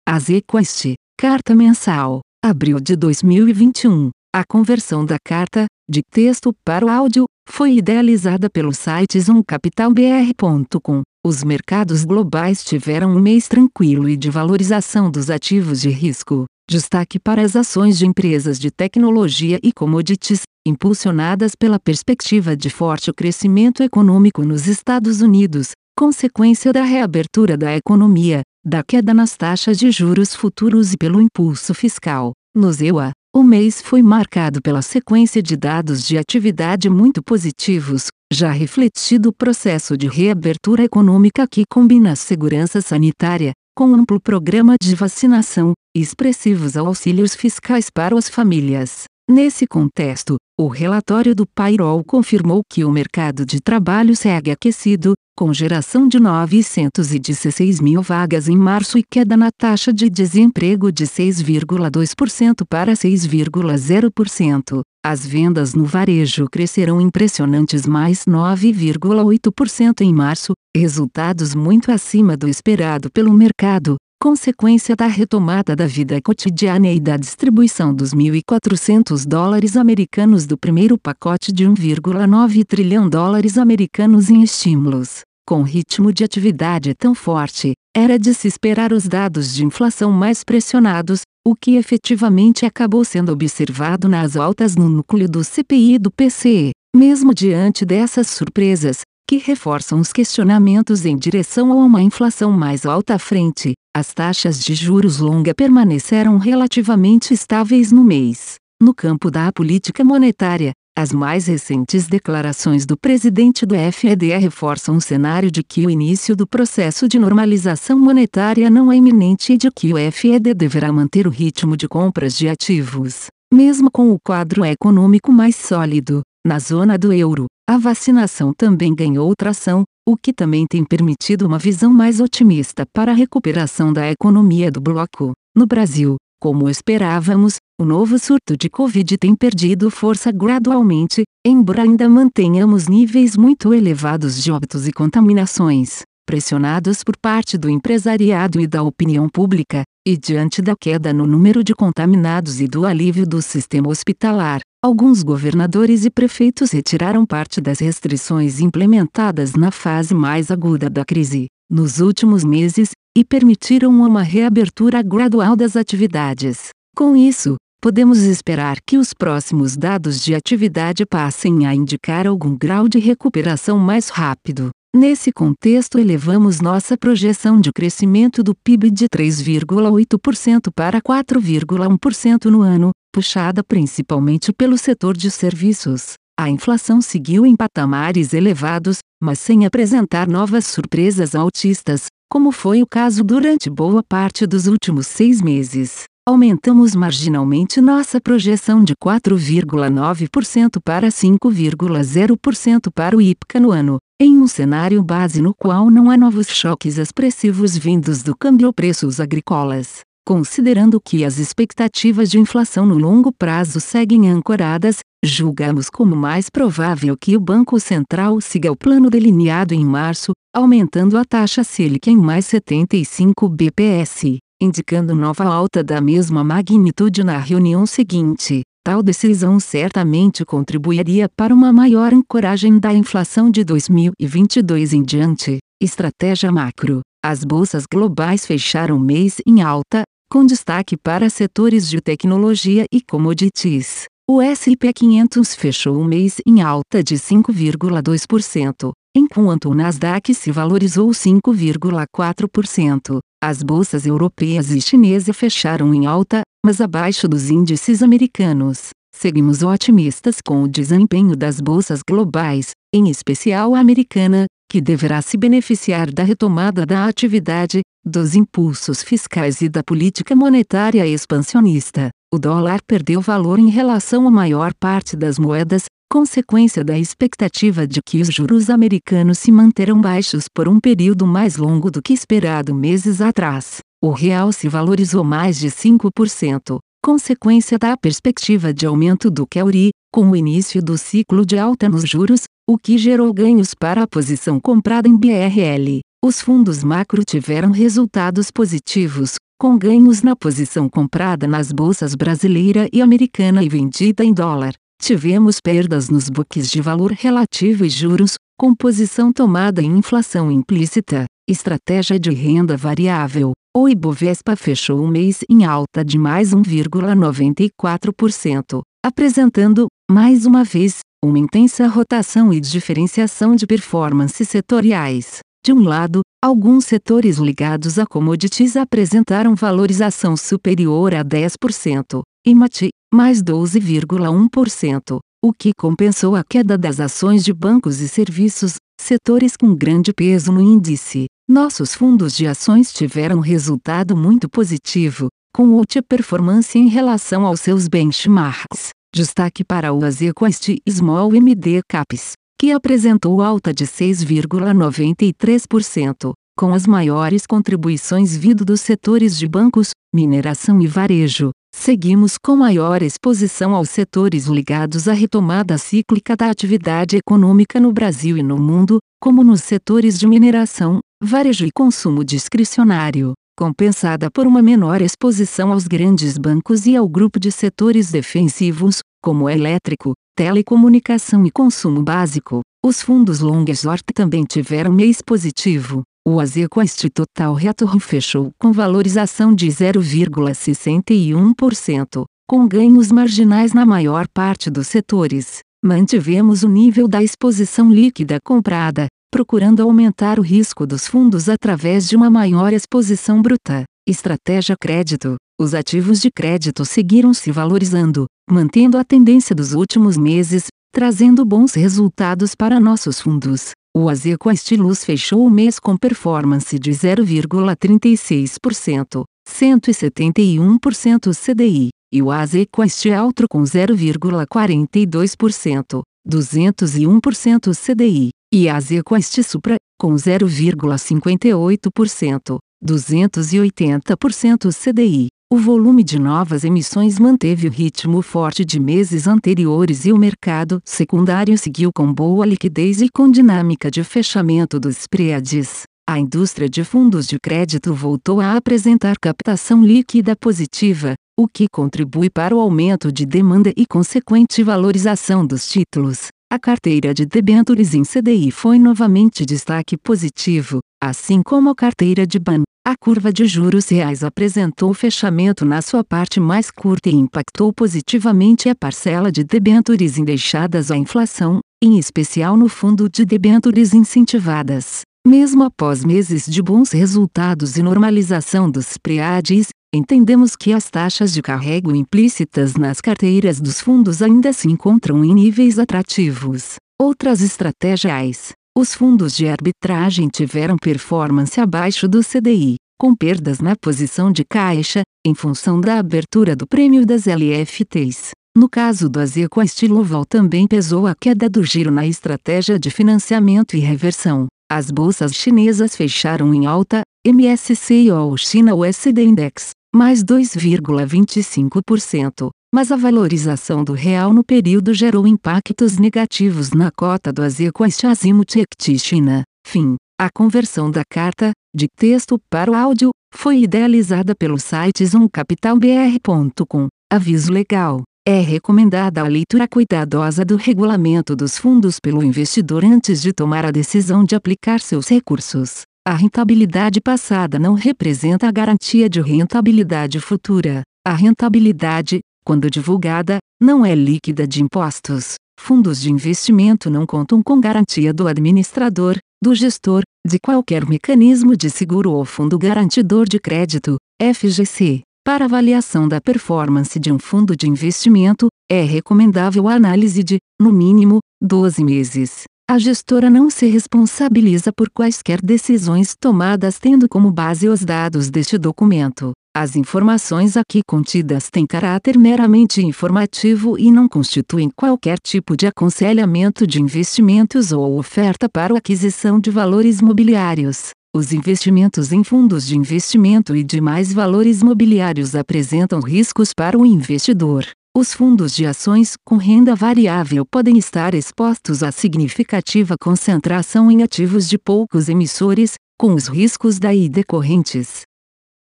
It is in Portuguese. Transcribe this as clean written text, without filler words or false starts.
Azequest, carta mensal, abril de 2021. A conversão da carta, de texto para o áudio, foi idealizada pelo site zoomcapitalbr.com. Os mercados globais tiveram um mês tranquilo e de valorização dos ativos de risco. Destaque para as ações de empresas de tecnologia e commodities, impulsionadas pela perspectiva de forte crescimento econômico nos Estados Unidos, consequência da reabertura da economia, da queda nas taxas de juros futuros e pelo impulso fiscal. No EUA, o mês foi marcado pela sequência de dados de atividade muito positivos, já refletido o processo de reabertura econômica que combina a segurança sanitária, com amplo programa de vacinação, e expressivos auxílios fiscais para as famílias. Nesse contexto, o relatório do Payroll confirmou que o mercado de trabalho segue aquecido, com geração de 916 mil vagas em março e queda na taxa de desemprego de 6,2% para 6,0%. As vendas no varejo cresceram impressionantes mais 9,8% em março, resultados muito acima do esperado pelo mercado, consequência da retomada da vida cotidiana e da distribuição dos $1.400 americanos do primeiro pacote de 1,9 trilhão dólares americanos em estímulos. Com ritmo de atividade tão forte, era de se esperar os dados de inflação mais pressionados, o que efetivamente acabou sendo observado nas altas no núcleo do CPI e do PCE. Mesmo diante dessas surpresas, que reforçam os questionamentos em direção a uma inflação mais alta à frente, as taxas de juros longa permaneceram relativamente estáveis no mês. No campo da política monetária, as mais recentes declarações do presidente do FED reforçam o cenário de que o início do processo de normalização monetária não é iminente e de que o FED deverá manter o ritmo de compras de ativos. Mesmo com o quadro econômico mais sólido, na zona do euro, a vacinação também ganhou tração, o que também tem permitido uma visão mais otimista para a recuperação da economia do bloco. No Brasil, como esperávamos, o novo surto de Covid tem perdido força gradualmente, embora ainda mantenhamos níveis muito elevados de óbitos e contaminações. Pressionados por parte do empresariado e da opinião pública, e diante da queda no número de contaminados e do alívio do sistema hospitalar, alguns governadores e prefeitos retiraram parte das restrições implementadas na fase mais aguda da crise, nos últimos meses, e permitiram uma reabertura gradual das atividades. Com isso, podemos esperar que os próximos dados de atividade passem a indicar algum grau de recuperação mais rápido. Nesse contexto, elevamos nossa projeção de crescimento do PIB de 3,8% para 4,1% no ano, puxada principalmente pelo setor de serviços. A inflação seguiu em patamares elevados, mas sem apresentar novas surpresas altistas, como foi o caso durante boa parte dos últimos 6 meses. Aumentamos marginalmente nossa projeção de 4,9% para 5,0% para o IPCA no ano, em um cenário base no qual não há novos choques expressivos vindos do câmbio preços agrícolas. Considerando que as expectativas de inflação no longo prazo seguem ancoradas, julgamos como mais provável que o Banco Central siga o plano delineado em março, aumentando a taxa Selic em mais 75 bps, indicando nova alta da mesma magnitude na reunião seguinte. Tal decisão certamente contribuiria para uma maior ancoragem da inflação de 2022 em diante. Estratégia macro. As bolsas globais fecharam o mês em alta, com destaque para setores de tecnologia e commodities. O S&P 500 fechou o mês em alta de 5,2%, enquanto o Nasdaq se valorizou 5,4%. As bolsas europeias e chinesa fecharam em alta, mas abaixo dos índices americanos. Seguimos otimistas com o desempenho das bolsas globais, em especial a americana, que deverá se beneficiar da retomada da atividade, dos impulsos fiscais e da política monetária expansionista. O dólar perdeu valor em relação à maior parte das moedas, consequência da expectativa de que os juros americanos se manterão baixos por um período mais longo do que esperado meses atrás. O real se valorizou mais de 5%, consequência da perspectiva de aumento do QE, com o início do ciclo de alta nos juros, o que gerou ganhos para a posição comprada em BRL. Os fundos macro tiveram resultados positivos, com ganhos na posição comprada nas bolsas brasileira e americana e vendida em dólar. Tivemos perdas nos books de valor relativo e juros, com posição tomada em inflação implícita, estratégia de renda variável. O Ibovespa fechou o mês em alta de mais 1,94%, apresentando, mais uma vez, uma intensa rotação e diferenciação de performances setoriais. De um lado, alguns setores ligados a commodities apresentaram valorização superior a 10%, e MAT, mais 12,1%, o que compensou a queda das ações de bancos e serviços, setores com grande peso no índice. Nossos fundos de ações tiveram resultado muito positivo, com ótima performance em relação aos seus benchmarks. Destaque para o Azequest Small MD Caps, que apresentou alta de 6,93%, com as maiores contribuições vindo dos setores de bancos, mineração e varejo. Seguimos com maior exposição aos setores ligados à retomada cíclica da atividade econômica no Brasil e no mundo, como nos setores de mineração, varejo e consumo discricionário, compensada por uma menor exposição aos grandes bancos e ao grupo de setores defensivos, como elétrico, telecomunicação e consumo básico. Os fundos long short também tiveram mês positivo. O Azequest Total Return fechou com valorização de 0,61%, com ganhos marginais na maior parte dos setores. Mantivemos o nível da exposição líquida comprada, procurando aumentar o risco dos fundos através de uma maior exposição bruta. Estratégia crédito. Os ativos de crédito seguiram se valorizando, mantendo a tendência dos últimos meses, trazendo bons resultados para nossos fundos. O Azequest Luz fechou o mês com performance de 0,36%, 171% CDI, e o Azequest Altro com 0,42%, 201% CDI, e Azequest Supra, com 0,58%, 280% CDI. O volume de novas emissões manteve o ritmo forte de meses anteriores e o mercado secundário seguiu com boa liquidez e com dinâmica de fechamento dos spreads. A indústria de fundos de crédito voltou a apresentar captação líquida positiva, o que contribui para o aumento de demanda e consequente valorização dos títulos. A carteira de debêntures em CDI foi novamente destaque positivo, assim como a carteira de BAN. A curva de juros reais apresentou fechamento na sua parte mais curta e impactou positivamente a parcela de debêntures indexadas à inflação, em especial no fundo de debêntures incentivadas. Mesmo após meses de bons resultados e normalização dos spreads, entendemos que as taxas de carrego implícitas nas carteiras dos fundos ainda se encontram em níveis atrativos. Outras estratégias. Os fundos de arbitragem tiveram performance abaixo do CDI, com perdas na posição de caixa, em função da abertura do prêmio das LFTs. No caso do Azequest Loval também pesou a queda do giro na estratégia de financiamento e reversão. As bolsas chinesas fecharam em alta, MSCI All China USD Index, mais 2,25%. Mas a valorização do real no período gerou impactos negativos na cota do Azequest Azimuth Equity China. Fim. A conversão da carta, de texto para o áudio, foi idealizada pelo site zoomcapitalbr.com. Aviso legal. É recomendada a leitura cuidadosa do regulamento dos fundos pelo investidor antes de tomar a decisão de aplicar seus recursos. A rentabilidade passada não representa a garantia de rentabilidade futura. A rentabilidade, quando divulgada, não é líquida de impostos. Fundos de investimento não contam com garantia do administrador, do gestor, de qualquer mecanismo de seguro ou fundo garantidor de crédito, FGC. Para avaliação da performance de um fundo de investimento, é recomendável a análise de, no mínimo, 12 meses. A gestora não se responsabiliza por quaisquer decisões tomadas tendo como base os dados deste documento. As informações aqui contidas têm caráter meramente informativo e não constituem qualquer tipo de aconselhamento de investimentos ou oferta para a aquisição de valores mobiliários. Os investimentos em fundos de investimento e demais valores mobiliários apresentam riscos para o investidor. Os fundos de ações com renda variável podem estar expostos a significativa concentração em ativos de poucos emissores, com os riscos daí decorrentes.